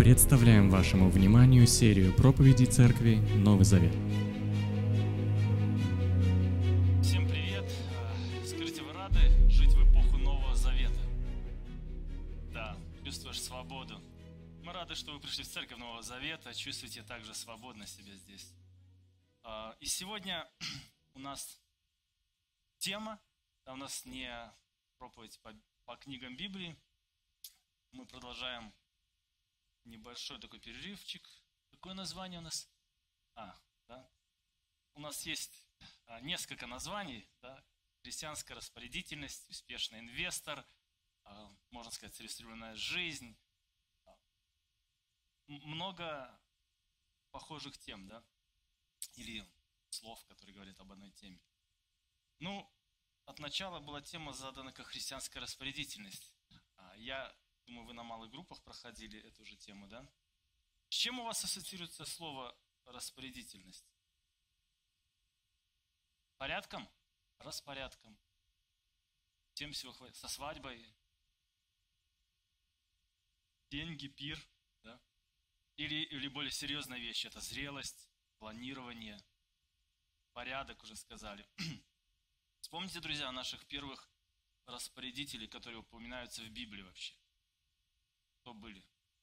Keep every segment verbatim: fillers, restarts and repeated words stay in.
Представляем вашему вниманию серию проповедей Церкви Новый Завет. Всем привет! Скажите, вы рады жить в эпоху Нового Завета? Да, чувствуешь свободу. Мы рады, что вы пришли в Церковь Нового Завета, чувствуете также свободно себя здесь. И сегодня у нас тема, у нас не проповедь по, по книгам Библии, мы продолжаем небольшой такой перерывчик. Какое название у нас? А, да. У нас есть а, несколько названий, да. Христианская распорядительность, успешный инвестор, а, можно сказать, целеустремленная жизнь. А, много похожих тем, да, или слов, которые говорят об одной теме. Ну, от начала была тема задана как христианская распорядительность. А, я думаю, вы на малых группах проходили эту же тему, да? С чем у вас ассоциируется слово распорядительность? Порядком? Распорядком. Тем всего хватит. Со свадьбой? Деньги, пир, да? Или, или более серьезная вещь, это зрелость, планирование, порядок, уже сказали. Вспомните, друзья, наших первых распорядителей, которые упоминаются в Библии вообще. Кто были?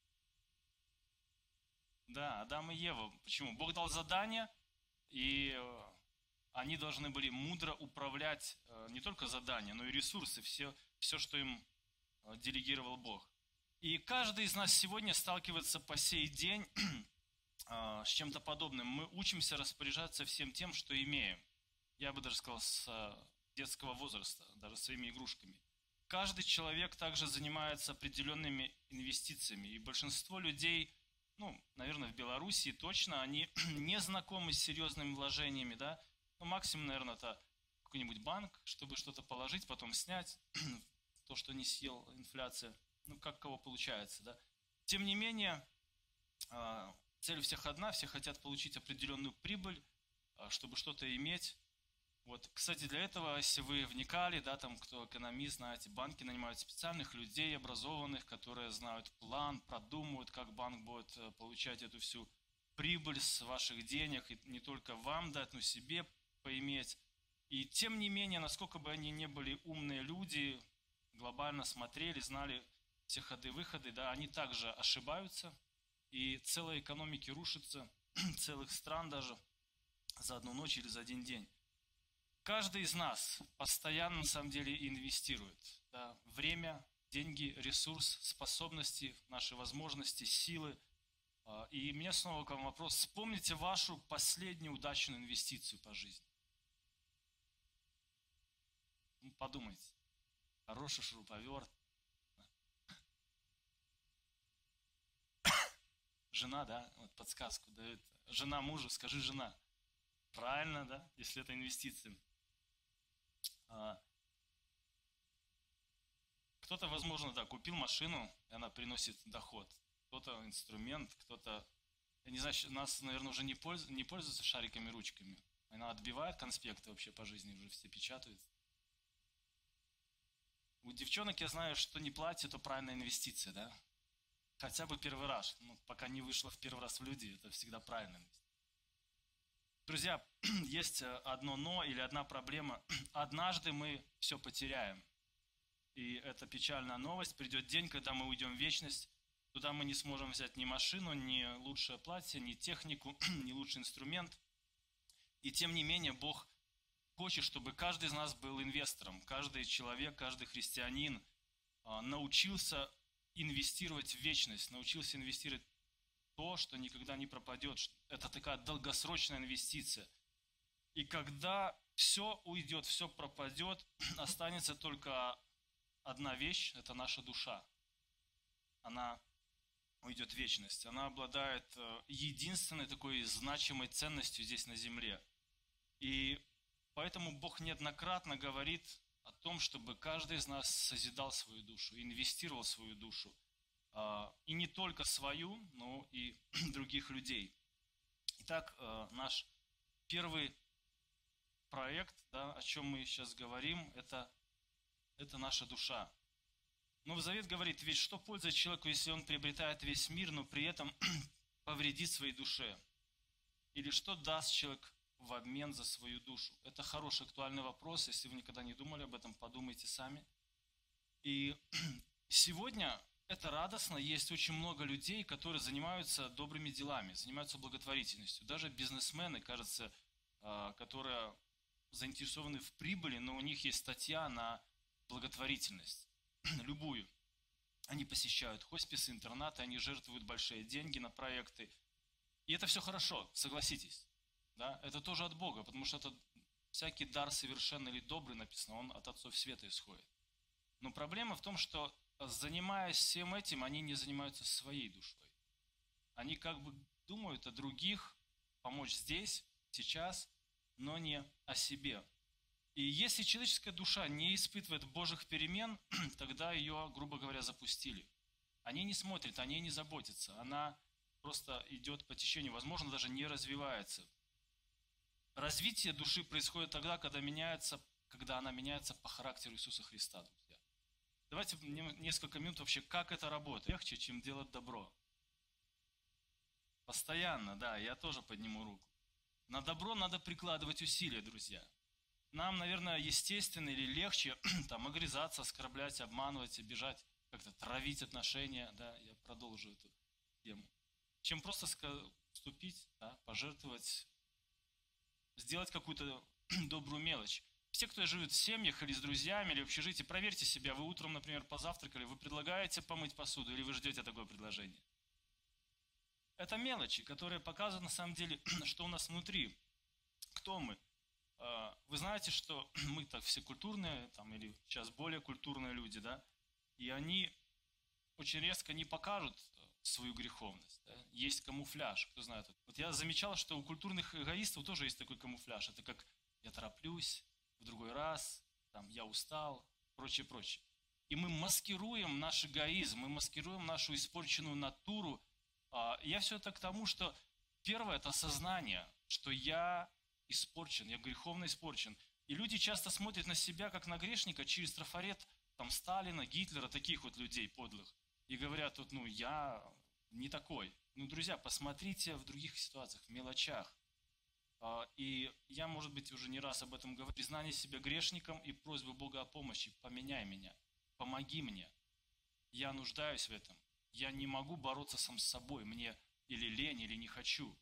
Да, Адам и Ева. Почему? Бог дал задание, и они должны были мудро управлять не только заданием, но и ресурсы, все, все, что им делегировал Бог. И каждый из нас сегодня сталкивается по сей день с чем-то подобным. Мы учимся распоряжаться всем тем, что имеем. Я бы даже сказал, с детского возраста, даже своими игрушками. Каждый человек также занимается определенными инвестициями. И большинство людей, ну, наверное, в Белоруссии точно, они не знакомы с серьезными вложениями, да. Ну, максимум, наверное, это какой-нибудь банк, чтобы что-то положить, потом снять, то, что не съел инфляция. Ну, как кого получается, да. Тем не менее, цель у всех одна, все хотят получить определенную прибыль, чтобы что-то иметь. Вот, кстати, для этого, если вы вникали, да, там, кто экономист, знаете, банки нанимают специальных людей, образованных, которые знают план, продумывают, как банк будет получать эту всю прибыль с ваших денег, и не только вам дать, но себе поиметь. И тем не менее, насколько бы они не были умные люди, глобально смотрели, знали все ходы-выходы, да, они также ошибаются, и целые экономики рушатся, целых стран даже за одну ночь или за один день. Каждый из нас постоянно, на самом деле, инвестирует, да, время, деньги, ресурс, способности, наши возможности, силы. И у меня снова к вам вопрос. Вспомните вашу последнюю удачную инвестицию по жизни. Ну, подумайте. Хороший шуруповерт. Жена, да, вот подсказку дает. Жена мужу, скажи жена. Правильно, да, если это инвестиции. Кто-то, возможно, да, купил машину, и она приносит доход. Кто-то инструмент, кто-то, я не знаю, нас, наверное, уже не пользуются, не пользуются шариками, ручками. Она отбивает конспекты вообще по жизни, уже все печатают. У девчонок я знаю, что не платье, то правильная инвестиция, да? Хотя бы первый раз. Ну, пока не вышло в первый раз в люди, это всегда правильная инвестиция. Друзья, есть одно но или одна проблема. Однажды мы все потеряем. И это печальная новость. Придет день, когда мы уйдем в вечность. Туда мы не сможем взять ни машину, ни лучшее платье, ни технику, ни лучший инструмент. И тем не менее, Бог хочет, чтобы каждый из нас был инвестором. Каждый человек, каждый христианин научился инвестировать в вечность, научился инвестировать то, что никогда не пропадет. Это такая долгосрочная инвестиция. И когда все уйдет, все пропадет, останется только одна вещь, это наша душа. Она уйдет в вечность. Она обладает единственной такой значимой ценностью здесь на земле. И поэтому Бог неоднократно говорит о том, чтобы каждый из нас созидал свою душу, инвестировал в свою душу. И не только свою, но и других людей. Итак, наш первый проект, да, о чем мы сейчас говорим, это, это наша душа. Новый Завет говорит, ведь что пользует человеку, если он приобретает весь мир, но при этом повредит своей душе? Или что даст человек в обмен за свою душу? Это хороший, актуальный вопрос. Если вы никогда не думали об этом, подумайте сами. И сегодня это радостно. Есть очень много людей, которые занимаются добрыми делами, занимаются благотворительностью. Даже бизнесмены, кажется, которые заинтересованы в прибыли, но у них есть статья на благотворительность. Любую. Они посещают хосписы, интернаты, они жертвуют большие деньги на проекты. И это все хорошо, согласитесь. Да? Это тоже от Бога, потому что это всякий дар совершенный или добрый, написано, он от Отцов Света исходит. Но проблема в том, что занимаясь всем этим, они не занимаются своей душой. Они как бы думают о других, помочь здесь, сейчас, но не о себе. И если человеческая душа не испытывает Божьих перемен, тогда ее, грубо говоря, запустили. Они не смотрят, о ней не заботятся. Она просто идет по течению, возможно, даже не развивается. Развитие души происходит тогда, когда, меняется, когда она меняется по характеру Иисуса Христа, друзья. Давайте несколько минут вообще, как это работает. Легче, чем делать добро. Постоянно, да, я тоже подниму руку. На добро надо прикладывать усилия, друзья. Нам, наверное, естественно или легче там огрызаться, оскорблять, обманывать, обижать, как-то травить отношения, да, я продолжу эту тему, чем просто вступить, да, пожертвовать, сделать какую-то добрую мелочь. Все, кто живет в семьях или с друзьями, или в общежитии, проверьте себя. Вы утром, например, позавтракали, вы предлагаете помыть посуду, или вы ждете такое предложение? Это мелочи, которые показывают на самом деле, что у нас внутри, кто мы. Вы знаете, что мы так все культурные, там, или сейчас более культурные люди, да, и они очень резко не покажут свою греховность. Да? Есть камуфляж, кто знает. Вот я замечал, что у культурных эгоистов тоже есть такой камуфляж. Это как я тороплюсь, в другой раз, там, я устал, прочее, прочее. И мы маскируем наш эгоизм, мы маскируем нашу испорченную натуру. Я все это к тому, что первое – это осознание, что я испорчен, я греховно испорчен. И люди часто смотрят на себя, как на грешника, через трафарет там, Сталина, Гитлера, таких вот людей подлых. И говорят, вот, ну, я не такой. Ну, друзья, посмотрите в других ситуациях, в мелочах. И я, может быть, уже не раз об этом говорил. Признание себя грешником и просьба Бога о помощи. Поменяй меня, помоги мне. Я нуждаюсь в этом. Я не могу бороться сам с собой. Мне или лень, или не хочу.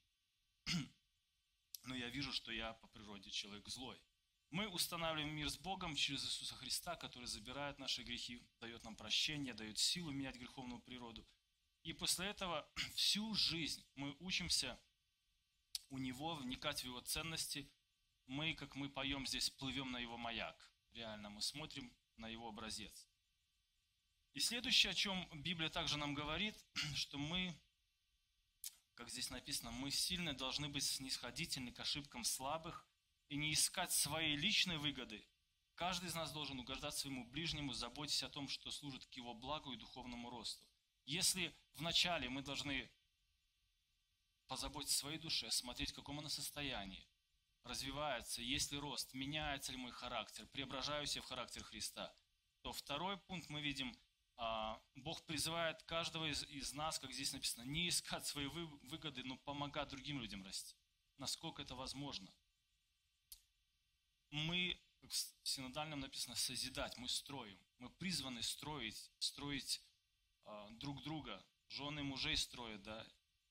Но я вижу, что я по природе человек злой. Мы устанавливаем мир с Богом через Иисуса Христа, который забирает наши грехи, дает нам прощение, дает силу менять греховную природу. И после этого всю жизнь мы учимся у Него, вникать в Его ценности. Мы, как мы поем здесь, плывем на Его маяк. Реально, мы смотрим на Его образец. И следующее, о чем Библия также нам говорит, что мы, как здесь написано, мы сильно должны быть снисходительны к ошибкам слабых и не искать своей личной выгоды. Каждый из нас должен угождать своему ближнему, заботясь о том, что служит к его благу и духовному росту. Если вначале мы должны позаботиться о своей душе, смотреть, в каком она состоянии, развивается, есть ли рост, меняется ли мой характер, преображаюсь я в характер Христа, то второй пункт мы видим, Бог призывает каждого из, из нас, как здесь написано, не искать свои выгоды, но помогать другим людям расти. Насколько это возможно. Мы, как в синодальном написано, созидать, мы строим. Мы призваны строить, строить э, друг друга. Жены мужей строят, да.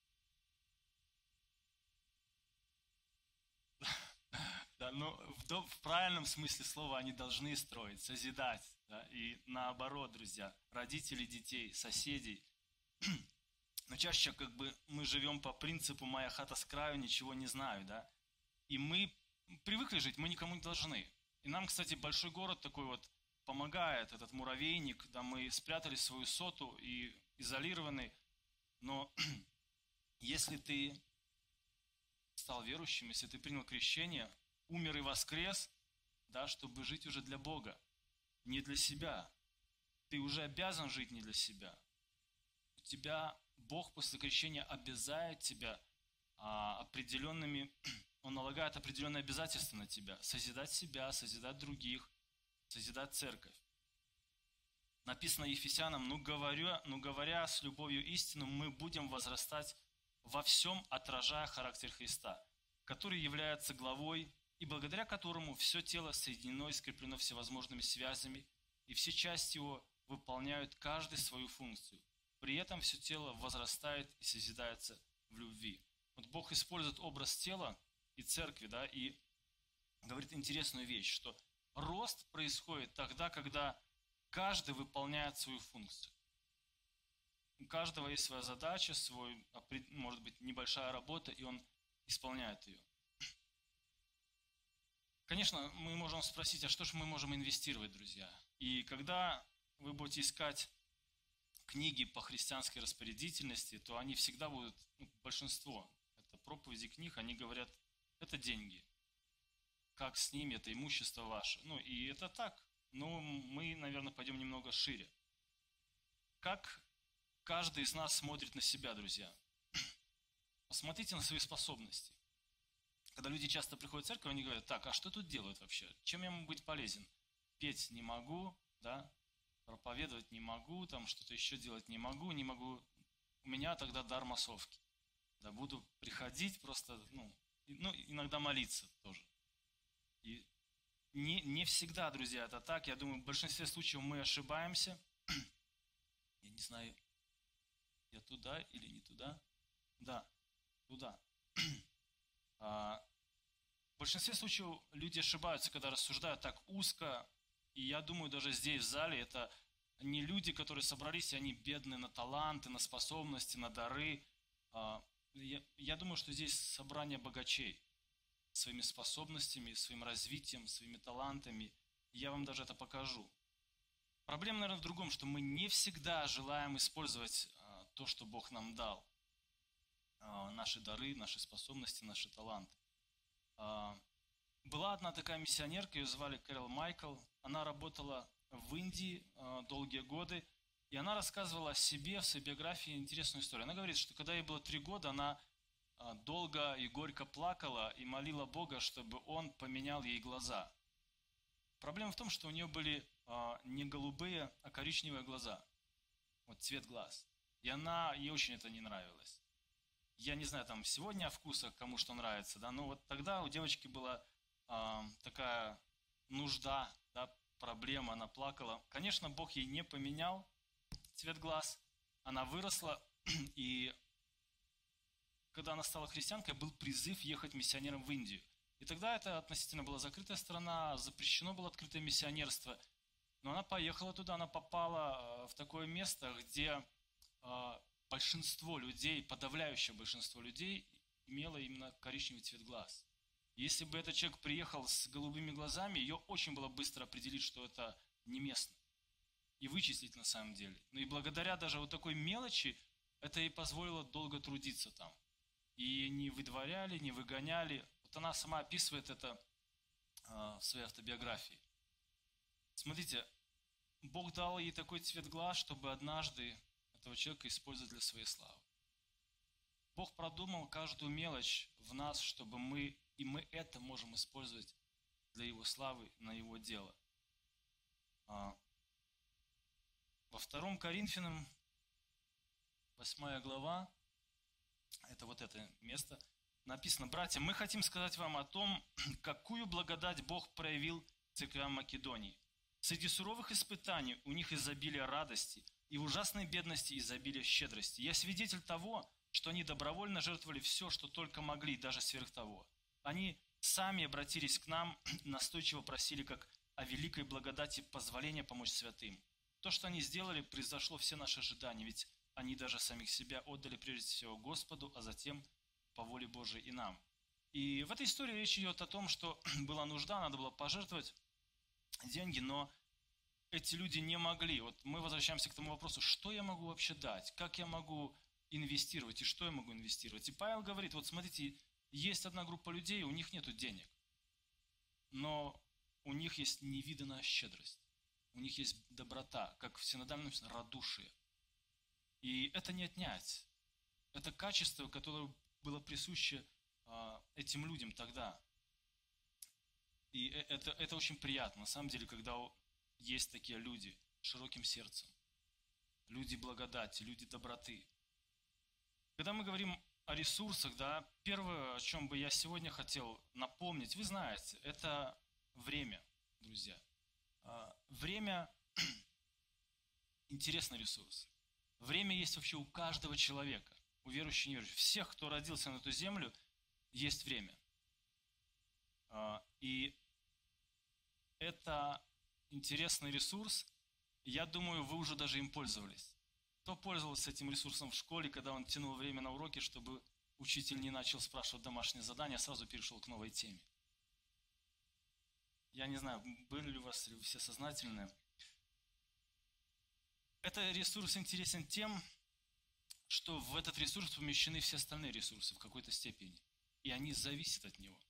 Да, но в, в правильном смысле слова они должны строить, созидать. Да, и наоборот, друзья, родители детей, соседей. Но чаще как бы мы живем по принципу «моя хата с краю, ничего не знаю», да. И мы привыкли жить, мы никому не должны. И нам, кстати, большой город такой вот помогает, этот муравейник, да, мы спрятали свою соту и изолированы. Но если ты стал верующим, если ты принял крещение, умер и воскрес, да, чтобы жить уже для Бога, не для себя. Ты уже обязан жить не для себя. У тебя Бог после крещения обязает тебя а, определенными, Он налагает определенные обязательства на тебя. Созидать себя, созидать других, созидать церковь. Написано Ефесянам: «Ну говоря, ну говоря с любовью истину, мы будем возрастать во всем, отражая характер Христа, который является главой, и благодаря которому все тело соединено и скреплено всевозможными связями, и все части его выполняют каждый свою функцию. При этом все тело возрастает и созидается в любви». Вот Бог использует образ тела и церкви, да, и говорит интересную вещь, что рост происходит тогда, когда каждый выполняет свою функцию. У каждого есть своя задача, свой, может быть, небольшая работа, и он исполняет ее. Конечно, мы можем спросить, а что же мы можем инвестировать, друзья? И когда вы будете искать книги по христианской распорядительности, то они всегда будут, ну, большинство, это проповеди книг, они говорят, это деньги. Как с ними, это имущество ваше. Ну, и это так. Но мы, наверное, пойдем немного шире. Как каждый из нас смотрит на себя, друзья? Посмотрите на свои способности. Когда люди часто приходят в церковь, они говорят: так, а что тут делают вообще? Чем я могу быть полезен? Петь не могу, да? Проповедовать не могу, там что-то еще делать не могу, не могу. У меня тогда дар массовки. Да, буду приходить просто, ну, ну иногда молиться тоже. И не, не всегда, друзья, это так. Я думаю, в большинстве случаев мы ошибаемся. Я не знаю, я туда или не туда? Да, туда. А, в большинстве случаев люди ошибаются, когда рассуждают так узко. И я думаю, даже здесь, в зале, это не люди, которые собрались, и они бедны на таланты, на способности, на дары. А, я, я думаю, что здесь собрание богачей своими способностями, своим развитием, своими талантами. И я вам даже это покажу. Проблема, наверное, в другом, что мы не всегда желаем использовать а, то, что Бог нам дал. А, наши дары, наши способности, наши таланты. А, была одна такая миссионерка, ее звали Кэрол Майкл. Она работала в Индии а, долгие годы. И она рассказывала о себе в своей биографии интересную историю. Она говорит, что когда ей было три года, она а, долго и горько плакала и молила Бога, чтобы Он поменял ей глаза. Проблема в том, что у нее были а, не голубые, а коричневые глаза. Вот цвет глаз. И она, ей очень это не нравилось. Я не знаю, там сегодня о вкусах, кому что нравится, да, но вот тогда у девочки была а, такая нужда, да, проблема, она плакала. Конечно, Бог ей не поменял цвет глаз, она выросла, и когда она стала христианкой, был призыв ехать миссионером в Индию. И тогда это относительно была закрытая страна, запрещено было открытое миссионерство. Но она поехала туда, она попала в такое место, где большинство людей, подавляющее большинство людей имело именно коричневый цвет глаз. Если бы этот человек приехал с голубыми глазами, ее очень было быстро определить, что это не местно. И вычислить на самом деле. Ну и благодаря даже вот такой мелочи, это ей позволило долго трудиться там. И не выдворяли, не выгоняли. Вот она сама описывает это э, в своей автобиографии. Смотрите, Бог дал ей такой цвет глаз, чтобы однажды этого человека использовать для своей славы. Бог продумал каждую мелочь в нас, чтобы мы, и мы это можем использовать для Его славы, на Его дело. А, во втором Коринфянам, восьмая глава, это вот это место, написано: «Братья, мы хотим сказать вам о том, какую благодать Бог проявил церквям Македонии. Среди суровых испытаний у них изобилие радости, и в ужасной бедности изобилие щедрости. Я свидетель того, что они добровольно жертвовали все, что только могли, даже сверх того. Они сами обратились к нам, настойчиво просили, как о великой благодати, позволения помочь святым. То, что они сделали, превзошло все наши ожидания, ведь они даже самих себя отдали прежде всего Господу, а затем по воле Божией и нам». И в этой истории речь идет о том, что была нужда, надо было пожертвовать деньги, но эти люди не могли. Вот мы возвращаемся к тому вопросу, что я могу вообще дать, как я могу инвестировать и что я могу инвестировать. И Павел говорит, вот смотрите, есть одна группа людей, у них нет денег, но у них есть невиданная щедрость, у них есть доброта, как в синодальном написано, радушие. И это не отнять. Это качество, которое было присуще а, этим людям тогда. И это, это очень приятно, на самом деле, когда есть такие люди. широким сердцем, люди благодати, люди доброты. Когда мы говорим о ресурсах, да, первое, о чем бы я сегодня хотел напомнить, вы знаете, это время, друзья. Время – интересный ресурс. Время есть вообще у каждого человека, у верующих и неверующих. Всех, кто родился на эту землю, есть время. И это интересный ресурс. Я думаю, вы уже даже им пользовались. Кто пользовался этим ресурсом в школе, когда он тянул время на уроки, чтобы учитель не начал спрашивать домашнее задание, а сразу перешел к новой теме? Я не знаю, были ли у вас все сознательные. Этот ресурс интересен тем, что в этот ресурс помещены все остальные ресурсы в какой-то степени, и они зависят от него.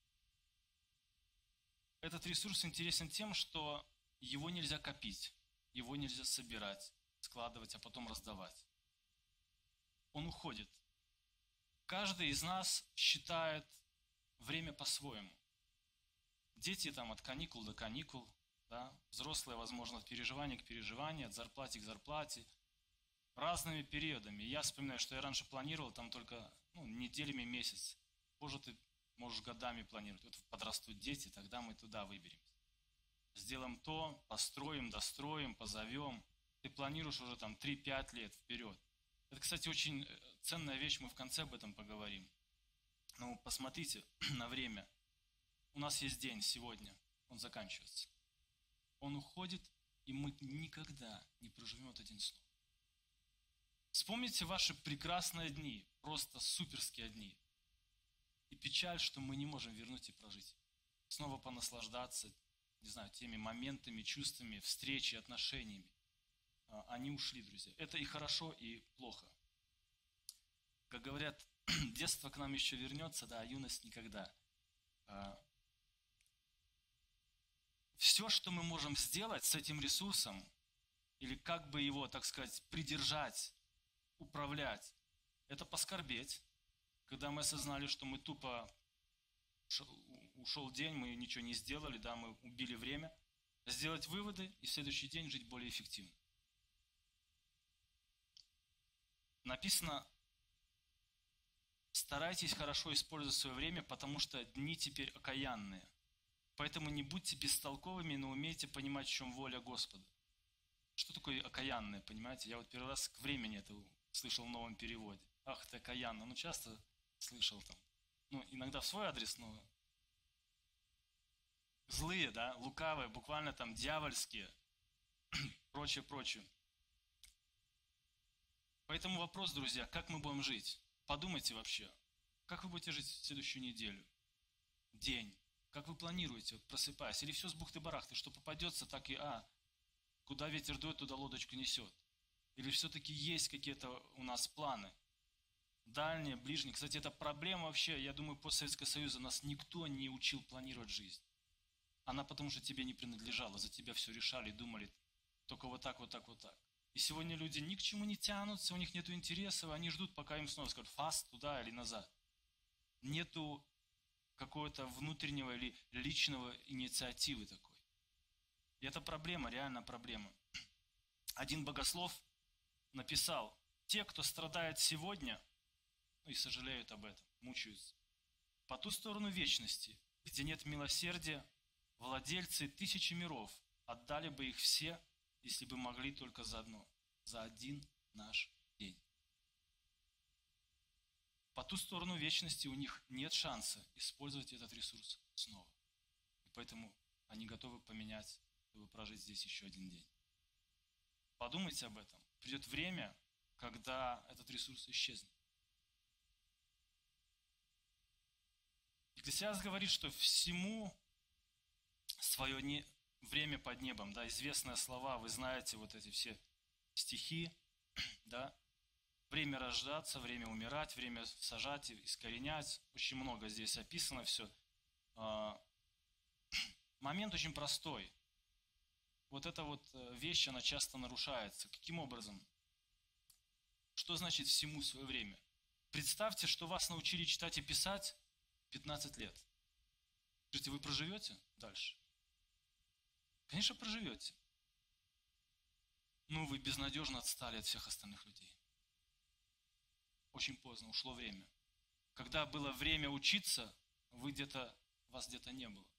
Этот ресурс интересен тем, что его нельзя копить, его нельзя собирать, складывать, а потом раздавать. Он уходит. Каждый из нас считает время по-своему. Дети там от каникул до каникул, да? Взрослые, возможно, от переживания к переживанию, от зарплаты к зарплате, разными периодами. Я вспоминаю, что я раньше планировал там только ну, неделями, месяц. Позже ты можешь годами планировать. Вот подрастут дети, тогда мы туда выберемся. Сделаем то, построим, достроим, позовем. Ты планируешь уже там три-пять лет вперед. Это, кстати, очень ценная вещь, мы в конце об этом поговорим. Ну, посмотрите на время. У нас есть день сегодня, он заканчивается. Он уходит, и мы никогда не проживем этот день снова. Вспомните ваши прекрасные дни, просто суперские дни. И печаль, что мы не можем вернуть и прожить. Снова понаслаждаться, не знаю, теми моментами, чувствами, встречей, отношениями. Они ушли, друзья. Это и хорошо, и плохо. Как говорят, детство к нам еще вернется, да, а юность никогда. Все, что мы можем сделать с этим ресурсом, или как бы его, так сказать, придержать, управлять, это поскорбеть, когда мы осознали, что мы тупо ушел день, мы ничего не сделали, да, мы убили время, сделать выводы и в следующий день жить более эффективно. Написано, старайтесь хорошо использовать свое время, потому что дни теперь окаянные. Поэтому не будьте бестолковыми, но умейте понимать, в чем воля Господа. Что такое окаянное, понимаете? Я вот первый раз к времени это слышал в новом переводе. Ах, ты окаянно. Ну, часто слышал там. Ну, иногда в свой адрес, но злые, да, лукавые, буквально там дьявольские, прочее, прочее. Поэтому вопрос, друзья, как мы будем жить? Подумайте вообще, как вы будете жить в следующую неделю, день? Как вы планируете, вот просыпаясь? Или все с бухты-барахты, что попадется, так и а, куда ветер дует, туда лодочку несет? Или все-таки есть какие-то у нас планы? Дальние, ближние. Кстати, это проблема вообще, я думаю, постсоветского союза. Нас никто не учил планировать жизнь. Она потому что тебе не принадлежала, за тебя все решали, думали, только вот так, вот так, вот так. И сегодня люди ни к чему не тянутся, у них нет интереса, они ждут, пока им снова скажут фаст туда или назад. Нету какого-то внутреннего или личного инициативы такой. И это проблема, реально проблема. Один богослов написал, те, кто страдает сегодня, ну и сожалеют об этом, мучаются, по ту сторону вечности, где нет милосердия, владельцы тысячи миров отдали бы их все, если бы могли только за одно, за один наш день. По ту сторону вечности у них нет шанса использовать этот ресурс снова. И поэтому они готовы поменять, чтобы прожить здесь еще один день. Подумайте об этом. Придет время, когда этот ресурс исчезнет. Екклесиаст говорит, что всему свое не... время под небом, да, известные слова, вы знаете вот эти все стихи, да, время рождаться, время умирать, время сажать, искоренять, очень много здесь описано все. Момент очень простой. Вот эта вот вещь, она часто нарушается. Каким образом? Что значит всему свое время? Представьте, что вас научили читать и писать пятнадцать лет. Скажите, вы проживете дальше? Конечно, проживете. ну, вы безнадежно отстали от всех остальных людей. Очень поздно, ушло время. Когда было время учиться, вы где-то, вас где-то не было.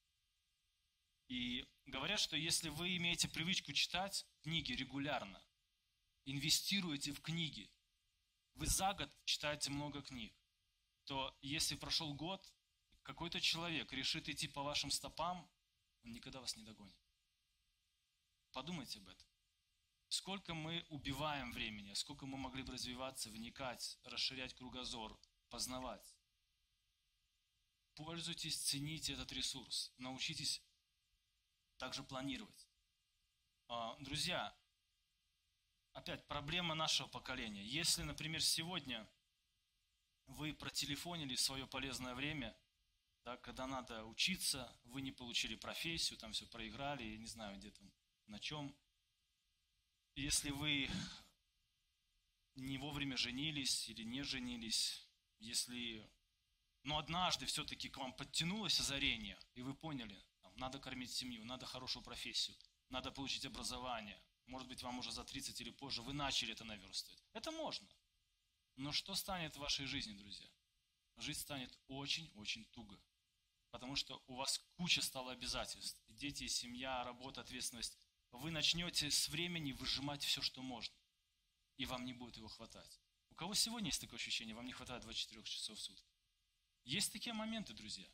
И говорят, что если вы имеете привычку читать книги регулярно, инвестируете в книги, вы за год читаете много книг, то если прошел год, какой-то человек решит идти по вашим стопам, он никогда вас не догонит. Подумайте об этом. Сколько мы убиваем времени, сколько мы могли бы развиваться, вникать, расширять кругозор, познавать. Пользуйтесь, цените этот ресурс, научитесь также планировать. Друзья, опять проблема нашего поколения. Если, например, сегодня вы протелефонили свое полезное время, да, когда надо учиться, вы не получили профессию, там все проиграли, я не знаю, где там, на чем. Если вы не вовремя женились или не женились, если, но однажды все-таки к вам подтянулось озарение, и вы поняли, там, надо кормить семью, надо хорошую профессию, надо получить образование, может быть, вам уже за тридцать или позже, вы начали это наверстывать. Это можно. Но что станет в вашей жизни, друзья? Жизнь станет очень-очень туго. Потому что у вас куча стало обязательств. Дети, семья, работа, ответственность. Вы начнете с времени выжимать все, что можно. И вам не будет его хватать. У кого сегодня есть такое ощущение, вам не хватает двадцать четыре часов в сутки? Есть такие моменты, друзья.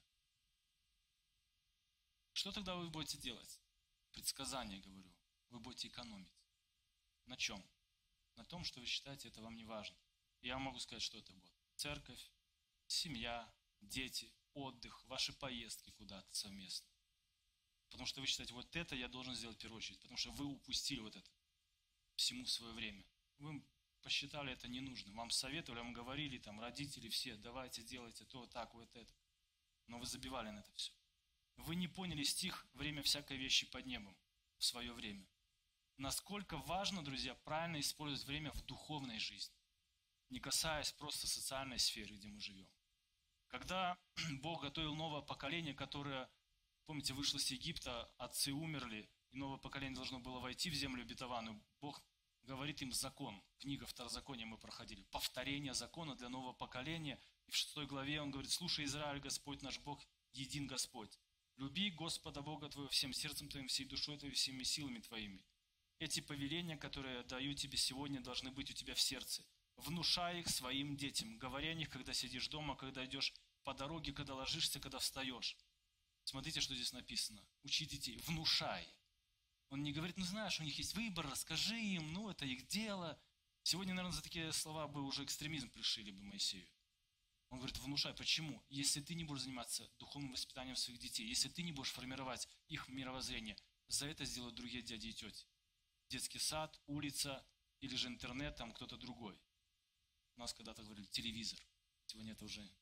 Что тогда вы будете делать? Предсказание, говорю. Вы будете экономить. На чем? На том, что вы считаете, это вам не важно. Я могу сказать, что это будет. Церковь, семья, дети, отдых, ваши поездки куда-то совместно. Потому что вы считаете, вот это я должен сделать в первую очередь. Потому что вы упустили вот это всему свое время. Вы посчитали это ненужным. Вам советовали, вам говорили, там, родители все, давайте делайте то, так, вот это. Но вы забивали на это все. Вы не поняли стих «Время всякой вещи под небом» в свое время. Насколько важно, друзья, правильно использовать время в духовной жизни, не касаясь просто социальной сферы, где мы живем. Когда Бог готовил новое поколение, которое, помните, вышло с Египта, отцы умерли, и новое поколение должно было войти в землю обетованную, Бог говорит им закон. Книга Второзакония мы проходили. Повторение закона для нового поколения. И в шестой главе он говорит: «Слушай, Израиль, Господь наш Бог, един Господь. Люби Господа Бога твоего всем сердцем твоим, всей душой твоей, всеми силами твоими». Эти повеления, которые я даю тебе сегодня, должны быть у тебя в сердце. Внушай их своим детям. Говори о них, когда сидишь дома, когда идешь по дороге, когда ложишься, когда встаешь. Смотрите, что здесь написано. Учи детей. Внушай. Он не говорит, ну знаешь, у них есть выбор, расскажи им, ну это их дело. Сегодня, наверное, за такие слова бы уже экстремизм пришили бы Моисею. Он говорит, внушай. Почему? Если ты не будешь заниматься духовным воспитанием своих детей, если ты не будешь формировать их мировоззрение, за это сделают другие дяди и тети. Детский сад, улица или же интернет, там кто-то другой. У нас когда-то говорили телевизор. Сегодня это уже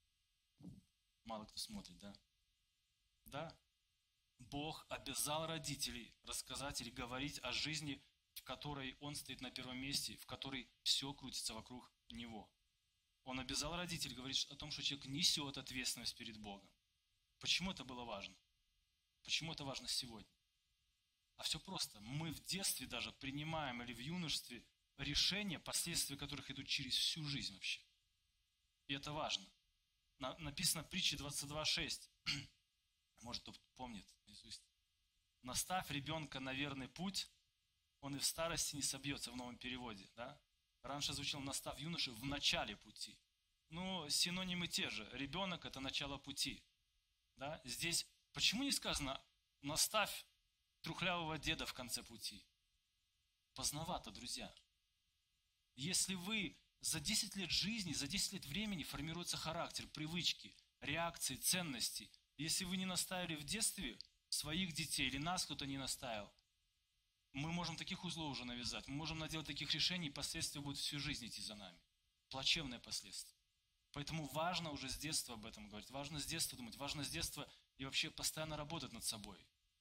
мало кто смотрит, да? Да. Бог обязал родителей рассказать или говорить о жизни, в которой Он стоит на первом месте, в которой все крутится вокруг Него. Он обязал родителей говорить о том, что человек несет ответственность перед Богом. Почему это было важно? Почему это важно сегодня? А все просто. Мы в детстве даже принимаем или в юношестве решения, последствия которых идут через всю жизнь вообще. И это важно. На, написано в притче двадцать два шесть. Может, кто помнит наизусть. «Наставь ребенка на верный путь, он и в старости не собьется», в новом переводе. Да? Раньше звучало «наставь юноши в начале пути». Ну, синонимы те же. Ребенок – это начало пути. Да? Здесь почему не сказано «наставь трухлявого деда в конце пути»? Поздновато, друзья. Если вы за десять лет жизни, за десять лет времени формируется характер, привычки, реакции, ценности. Если вы не наставили в детстве своих детей или нас кто-то не наставил, мы можем таких узлов уже навязать, мы можем наделать таких решений, и последствия будут всю жизнь идти за нами. Плачевные последствия. Поэтому важно уже с детства об этом говорить, важно с детства думать, важно с детства и вообще постоянно работать над собой.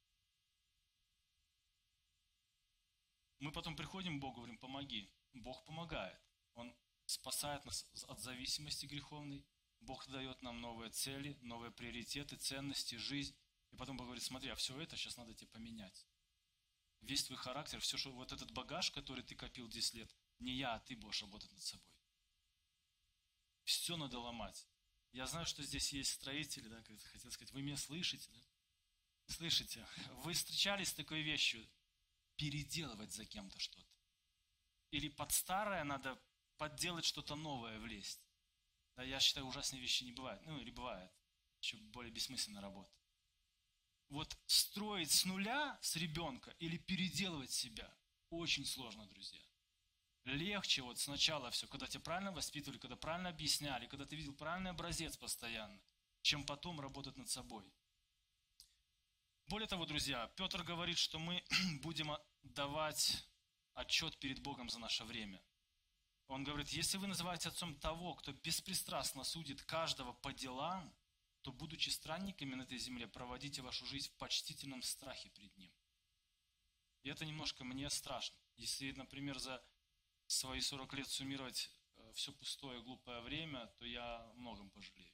Мы потом приходим к Богу, говорим, помоги. Бог помогает. Он спасает нас от зависимости греховной. Бог дает нам новые цели, новые приоритеты, ценности, жизнь. И потом Бог говорит, смотри, а все это сейчас надо тебе поменять. весь твой характер, все, что вот этот багаж, который ты копил десять лет, не я, а ты будешь работать над собой. Все надо ломать. Я знаю, что здесь есть строители, да, как хотел сказать, вы меня слышите, да? Слышите? Вы встречались с такой вещью, переделывать за кем-то что-то. Или под старое надо подделать что-то новое, влезть. Да, я считаю, ужасные вещи не бывают. Ну, или бывает. Еще более бессмысленная работа. Вот строить с нуля с ребенка или переделывать себя очень сложно, друзья. Легче вот сначала все, когда тебя правильно воспитывали, когда правильно объясняли, когда ты видел правильный образец постоянно, чем потом работать над собой. Более того, друзья, Петр говорит, что мы будем давать отчет перед Богом за наше время. Он говорит, если вы называете отцом того, кто беспристрастно судит каждого по делам, то, будучи странниками на этой земле, проводите вашу жизнь в почтительном страхе пред Ним. И это немножко мне страшно. Если, например, за свои сорок лет суммировать все пустое, глупое время, то я о многом пожалею.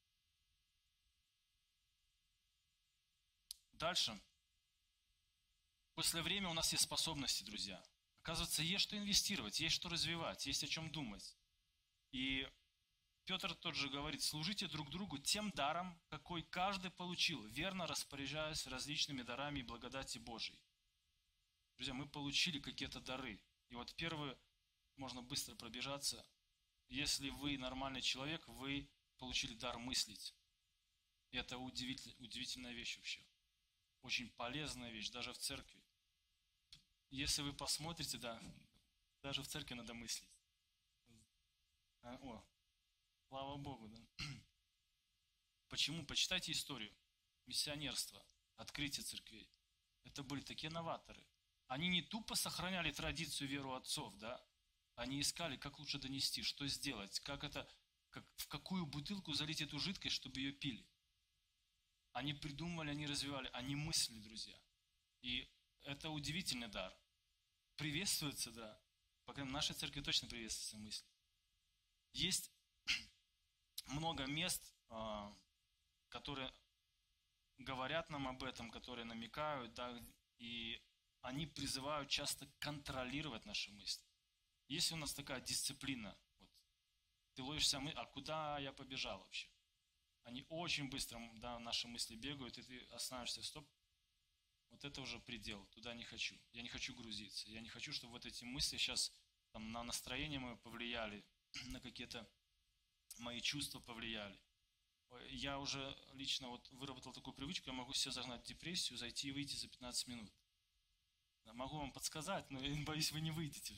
Дальше. После времени у нас есть способности, друзья. Оказывается, есть что инвестировать, есть что развивать, есть о чем думать. И Петр тот же говорит, служите друг другу тем даром, какой каждый получил, верно распоряжаясь различными дарами и благодати Божией. Друзья, мы получили какие-то дары. И вот первое, можно быстро пробежаться. Если вы нормальный человек, вы получили дар мыслить. И это удивительная, удивительная вещь вообще. Очень полезная вещь, даже в церкви. Если вы посмотрите, да, даже в церкви надо мыслить. О, слава Богу, да. Почему? Почитайте историю. Миссионерство, открытие церквей. Это были такие новаторы. Они не тупо сохраняли традицию, веру отцов, да. Они искали, как лучше донести, что сделать, как это, как, в какую бутылку залить эту жидкость, чтобы ее пили. Они придумывали, они развивали, они мыслили, друзья. И это удивительный дар. Приветствуется, да. По крайней мере, в нашей церкви точно приветствуется мысль. Есть много мест, которые говорят нам об этом, которые намекают, да, и они призывают часто контролировать наши мысли. Если у нас такая дисциплина, вот, ты ловишься, а куда я побежал вообще? Они очень быстро, да, наши мысли бегают, и ты останавливаешься, стоп, вот это уже предел, туда не хочу, я не хочу грузиться, я не хочу, чтобы вот эти мысли сейчас там, на настроение мое повлияли, на какие-то мои чувства повлияли. Я уже лично вот выработал такую привычку, я могу себе загнать в депрессию, зайти и выйти за пятнадцать минут. Могу вам подсказать, но я боюсь, вы не выйдете.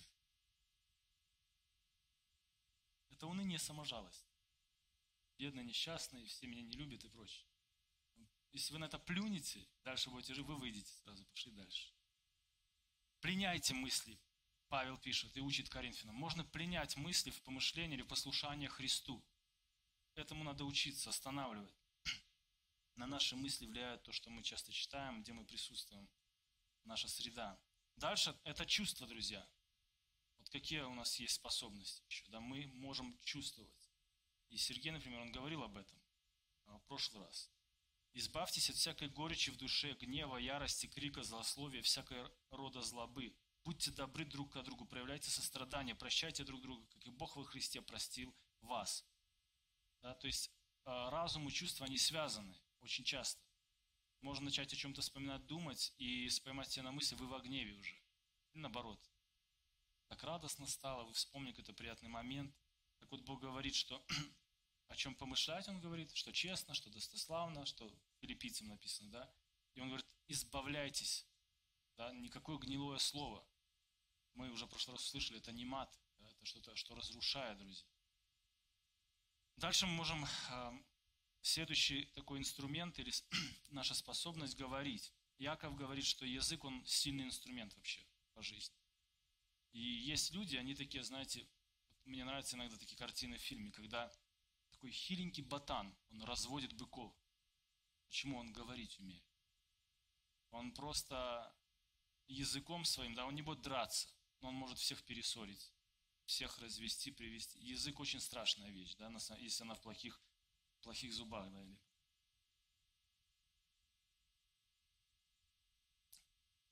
Это уныние, саможалость. Бедный, несчастный, все меня не любят и прочее. Если вы на это плюнете, дальше будете жить, вы выйдете сразу, пошли дальше. Пленяйте мысли, Павел пишет и учит Коринфянам. Можно пленять мысли в помышлении или послушание Христу. Этому надо учиться, останавливать. На наши мысли влияет то, что мы часто читаем, где мы присутствуем, наша среда. Дальше это чувства, друзья. Вот какие у нас есть способности еще. Да, мы можем чувствовать. И Сергей, например, он говорил об этом в прошлый раз. Избавьтесь от всякой горечи в душе, гнева, ярости, крика, злословия, всякой рода злобы. Будьте добры друг к другу, проявляйте сострадание, прощайте друг друга, как и Бог во Христе простил вас. Да, то есть разум и чувства, они связаны очень часто. Можно начать о чем-то вспоминать, думать, и поймать себя на мысли, вы во гневе уже. И наоборот. Так радостно стало, вы вспомнили какой-то приятный момент. Так вот Бог говорит, что о чем помышлять, Он говорит, что честно, что достославно, что филиппийцам написано, да. И Он говорит, избавляйтесь, да, никакое гнилое слово. Мы уже в прошлый раз услышали, это не мат, да, это что-то, что разрушает, друзья. Дальше мы можем, э, следующий такой инструмент, или наша способность говорить. Яков говорит, что язык, он сильный инструмент вообще по жизни. И есть люди, они такие, знаете, мне нравятся иногда такие картины в фильме, когда такой хиленький ботан, он разводит быков. Почему? Он говорить умеет. Он просто языком своим, да, он не будет драться, но он может всех перессорить, всех развести, привести. Язык очень страшная вещь, да, если она в плохих, плохих зубах, да, или...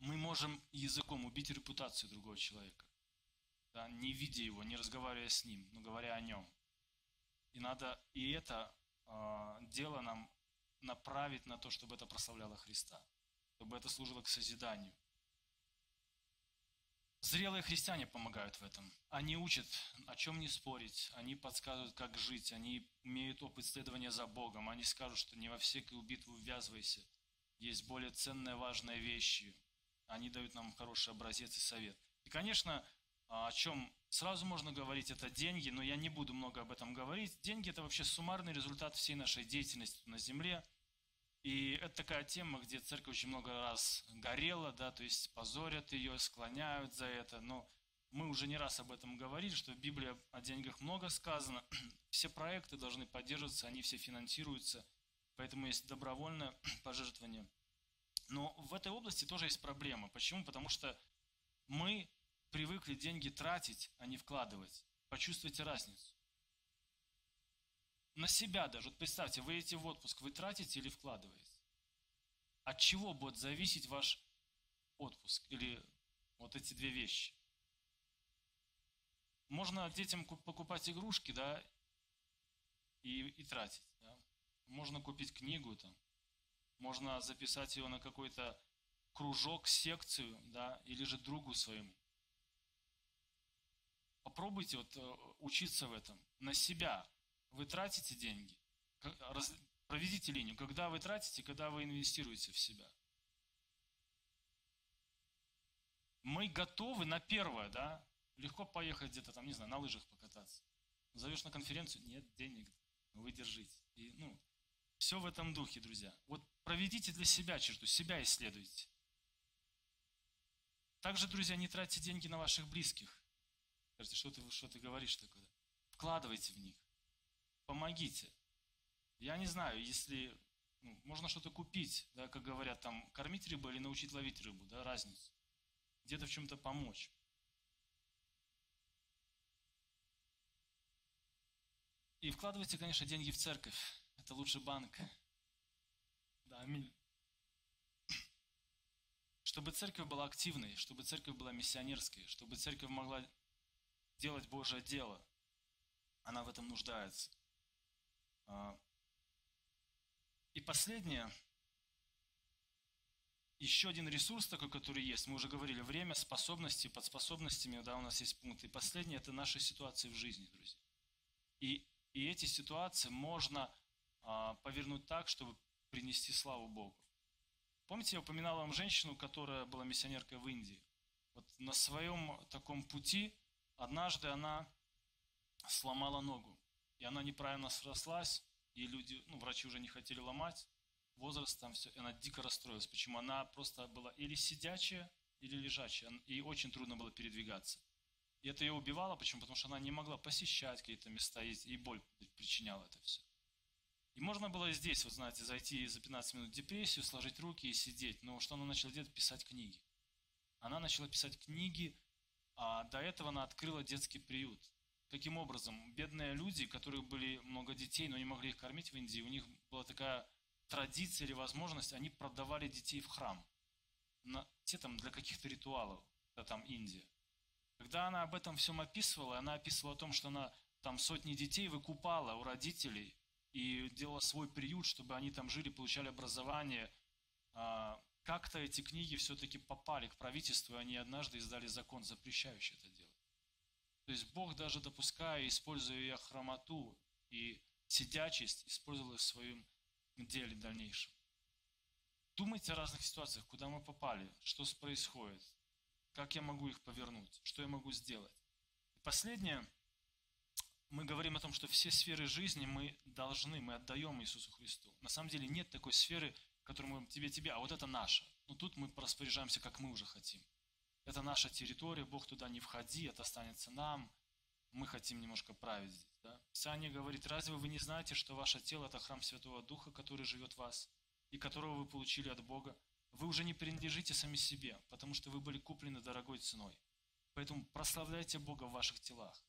мы можем языком убить репутацию другого человека, да, не видя его, не разговаривая с ним, но говоря о нем. И надо и это э, дело нам направить на то, чтобы это прославляло Христа, чтобы это служило к созиданию. Зрелые христиане помогают в этом. Они учат, о чем не спорить, они подсказывают, как жить, они имеют опыт следования за Богом, они скажут, что не во всякую битву ввязывайся, есть более ценные, важные вещи. Они дают нам хороший образец и совет. И, конечно, о чем сразу можно говорить, это деньги, но я не буду много об этом говорить. Деньги – это вообще суммарный результат всей нашей деятельности на земле. И это такая тема, где церковь очень много раз горела, да, то есть позорят ее, склоняют за это. Но мы уже не раз об этом говорили, что в Библии о деньгах много сказано. Все проекты должны поддерживаться, они все финансируются, поэтому есть добровольное пожертвование. Но в этой области тоже есть проблема. Почему? Потому что мы привыкли деньги тратить, а не вкладывать. Почувствуйте разницу. На себя даже. Вот представьте, вы едете в отпуск, вы тратите или вкладываете? От чего будет зависеть ваш отпуск? Или вот эти две вещи? Можно детям покупать игрушки, да, и, и тратить. Да? Можно купить книгу, там, можно записать ее на какой-то кружок, секцию, да, или же другу своему. Попробуйте вот учиться в этом. На себя вы тратите деньги. Раз, проведите линию, когда вы тратите, когда вы инвестируете в себя. Мы готовы на первое, да, легко поехать где-то там, не знаю, на лыжах покататься. Зовешь на конференцию, нет денег, вы держите. И, ну, все в этом духе, друзья. Вот проведите для себя черту, себя исследуйте. Также, друзья, не тратьте деньги на ваших близких. Скажите, что ты, что ты говоришь такое? Вкладывайте в них. Помогите. Я не знаю, если ну, можно что-то купить, да, как говорят, там, кормить рыбу или научить ловить рыбу, да, разницу. Где-то в чем-то помочь. И вкладывайте, конечно, деньги в церковь. Это лучше банк. Да, аминь. Чтобы церковь была активной, чтобы церковь была миссионерской, чтобы церковь могла делать Божье дело. Она в этом нуждается. И последнее. Еще один ресурс такой, который есть. Мы уже говорили, время, способности, под способностями, да, у нас есть пункты. И последнее – это наши ситуации в жизни, друзья. И, и эти ситуации можно а, повернуть так, чтобы принести славу Богу. Помните, я упоминал вам женщину, которая была миссионеркой в Индии. Вот на своем таком пути однажды она сломала ногу. И она неправильно срослась, и люди, ну, врачи уже не хотели ломать. Возраст там все, и она дико расстроилась. Почему? Она просто была или сидячая, или лежачая. И очень трудно было передвигаться. И это ее убивало. Почему? Потому что она не могла посещать какие-то места, и боль причиняла это все. И можно было здесь, вот знаете, зайти за пятнадцать минут в депрессию, сложить руки и сидеть. Но что она начала делать? Писать книги. Она начала писать книги, а до этого она открыла детский приют. Каким образом? Бедные люди, у которых были много детей, но не могли их кормить в Индии, у них была такая традиция или возможность, они продавали детей в храм. На, те там для каких-то ритуалов, да, там Индия. Когда она об этом всем описывала, она описывала о том, что она там сотни детей выкупала у родителей и делала свой приют, чтобы они там жили, получали образование. Как-то эти книги все-таки попали к правительству, и они однажды издали закон, запрещающий это делать. То есть Бог, даже допуская, используя ее хромоту и сидячесть, использовал в своем деле дальнейшем. Думайте о разных ситуациях, куда мы попали, что происходит, как я могу их повернуть, что я могу сделать. И последнее, мы говорим о том, что все сферы жизни мы должны, мы отдаем Иисусу Христу. На самом деле нет такой сферы, которую мы говорим тебе, тебе, а вот это наша. Но тут мы распоряжаемся, как мы уже хотим. Это наша территория, Бог туда не входи, это останется нам. Мы хотим немножко править здесь. Да? Писание говорит, разве вы не знаете, что ваше тело – это храм Святого Духа, который живет в вас, и которого вы получили от Бога? Вы уже не принадлежите сами себе, потому что вы были куплены дорогой ценой. Поэтому прославляйте Бога в ваших телах.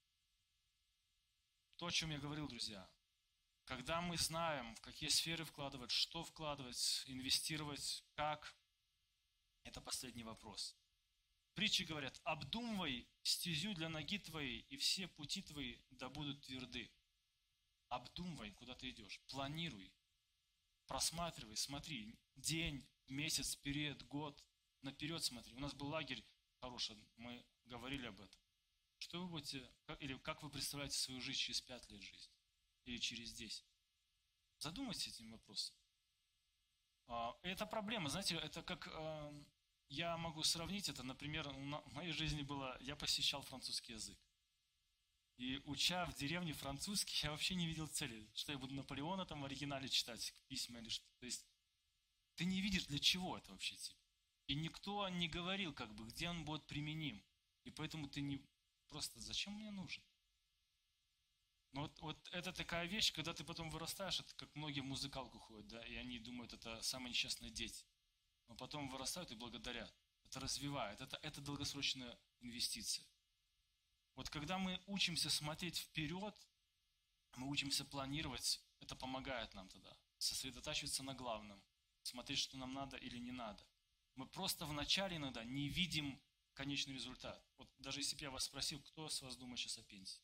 То, о чем я говорил, друзья. Когда мы знаем, в какие сферы вкладывать, что вкладывать, инвестировать, как, Это последний вопрос. Притчи говорят: обдумывай стезю для ноги твоей, и все пути твои да будут тверды. Обдумывай, куда ты идешь, планируй, просматривай, смотри, день, месяц, период, год, наперед смотри. У нас был лагерь хороший, мы говорили об этом. Что вы будете, или как вы представляете свою жизнь через пять лет жизни, или через десять? Задумайтесь этим вопросом. Это проблема, знаете, это как, я могу сравнить это, например, в моей жизни было, я посещал французский язык. И уча в деревне французский, я вообще не видел цели, что я буду Наполеона там в оригинале читать, письма или что. То есть ты не видишь, для чего это вообще тебе. И никто не говорил, как бы, где он будет применим. И поэтому ты не просто, зачем мне нужен? Но вот, вот это такая вещь, когда ты потом вырастаешь, это как многие в музыкалку ходят, да, и они думают, это самые несчастные дети. Но потом вырастают и благодарят. Это развивает, это, это долгосрочная инвестиция. Вот когда мы учимся смотреть вперед, мы учимся планировать, это помогает нам тогда. Сосредотачиваться на главном, смотреть, что нам надо или не надо. Мы просто вначале иногда не видим конечный результат. Вот даже если бы я вас спросил, кто с вас думает сейчас о пенсии?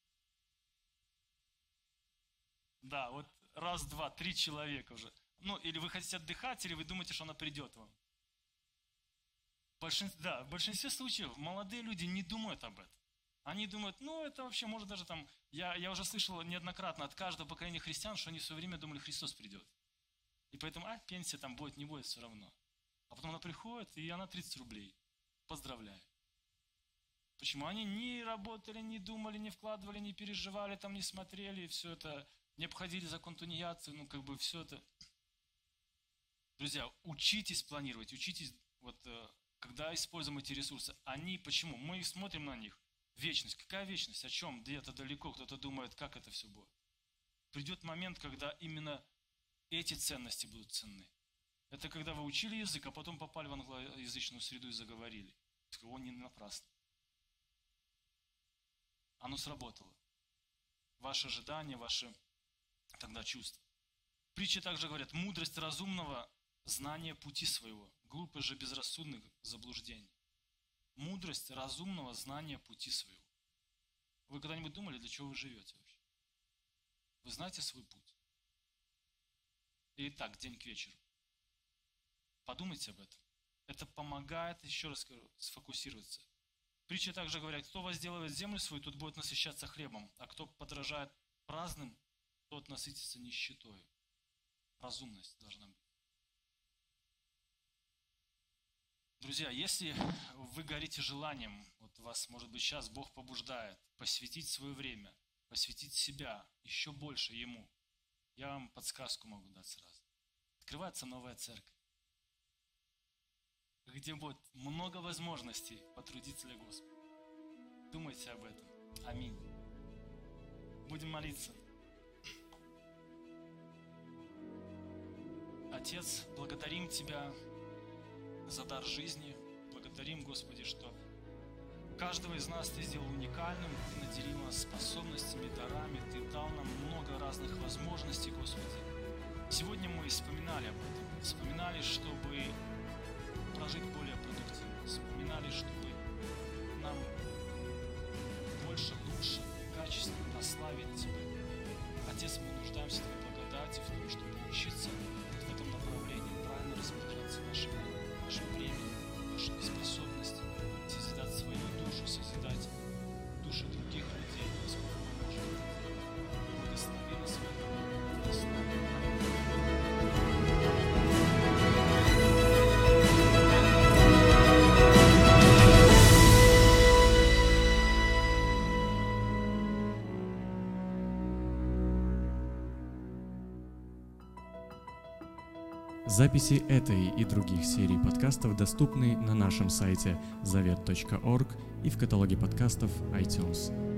Да, вот раз, два, три человека уже. Ну, или вы хотите отдыхать, или вы думаете, что она придет вам. Большин... Да, в большинстве случаев молодые люди не думают об этом. Они думают, ну, это вообще, может, даже там... Я, я уже слышал неоднократно от каждого поколения христиан, что они все время думали, Христос придет. И поэтому, а, пенсия там будет, не будет, все равно. А потом она приходит, и она тридцать рублей. Поздравляю. Почему? Они не работали, не думали, не вкладывали, не переживали, там не смотрели, все это... Не обходили закон тунеядца, ну, как бы все это... Друзья, учитесь планировать, учитесь, вот, когда используем эти ресурсы. Они, почему? Мы смотрим на них. Вечность. Какая вечность? О чем? Где-то далеко. Кто-то думает, как это все будет. Придет момент, когда именно эти ценности будут ценны. Это когда вы учили язык, а потом попали в англоязычную среду и заговорили. О, не напрасно. Оно сработало. Ваши ожидания, ваши тогда чувства. Притчи также говорят: мудрость разумного – знание пути своего, глупость же безрассудных заблуждений. Мудрость разумного – знание пути своего. Вы когда-нибудь думали, для чего вы живете вообще? Вы знаете свой путь? Итак, день к вечеру. Подумайте об этом. Это помогает, еще раз скажу, сфокусироваться. Притчи также говорят: кто возделывает землю свою, тот будет насыщаться хлебом, а кто подражает праздным, тот насытится нищетою. Разумность должна быть. Друзья, если вы горите желанием, вот вас, может быть, сейчас Бог побуждает посвятить свое время, посвятить себя еще больше Ему, я вам подсказку могу дать сразу. Открывается новая церковь, где будет много возможностей потрудиться для Господа. Думайте об этом. Аминь. Будем молиться. Отец, благодарим Тебя за дар жизни. Благодарим, Господи, что каждого из нас Ты сделал уникальным, Ты наделил нас способностями, дарами, Ты дал нам много разных возможностей, Господи. Сегодня мы вспоминали об этом, вспоминали, чтобы прожить более продуктивно, вспоминали, чтобы нам больше, лучше, качественно прославить Тебя. Отец, мы нуждаемся в Твоей благодати, в том, чтобы научиться в этом направлении правильно распоряжаться нашим, нашим временем, нашими способностями, созидать свою душу, созидать души других людей. Господи, поможем это. Благослови нас в этом. Благослови. Записи этой и других серий подкастов доступны на нашем сайте завет точка орг и в каталоге подкастов iTunes.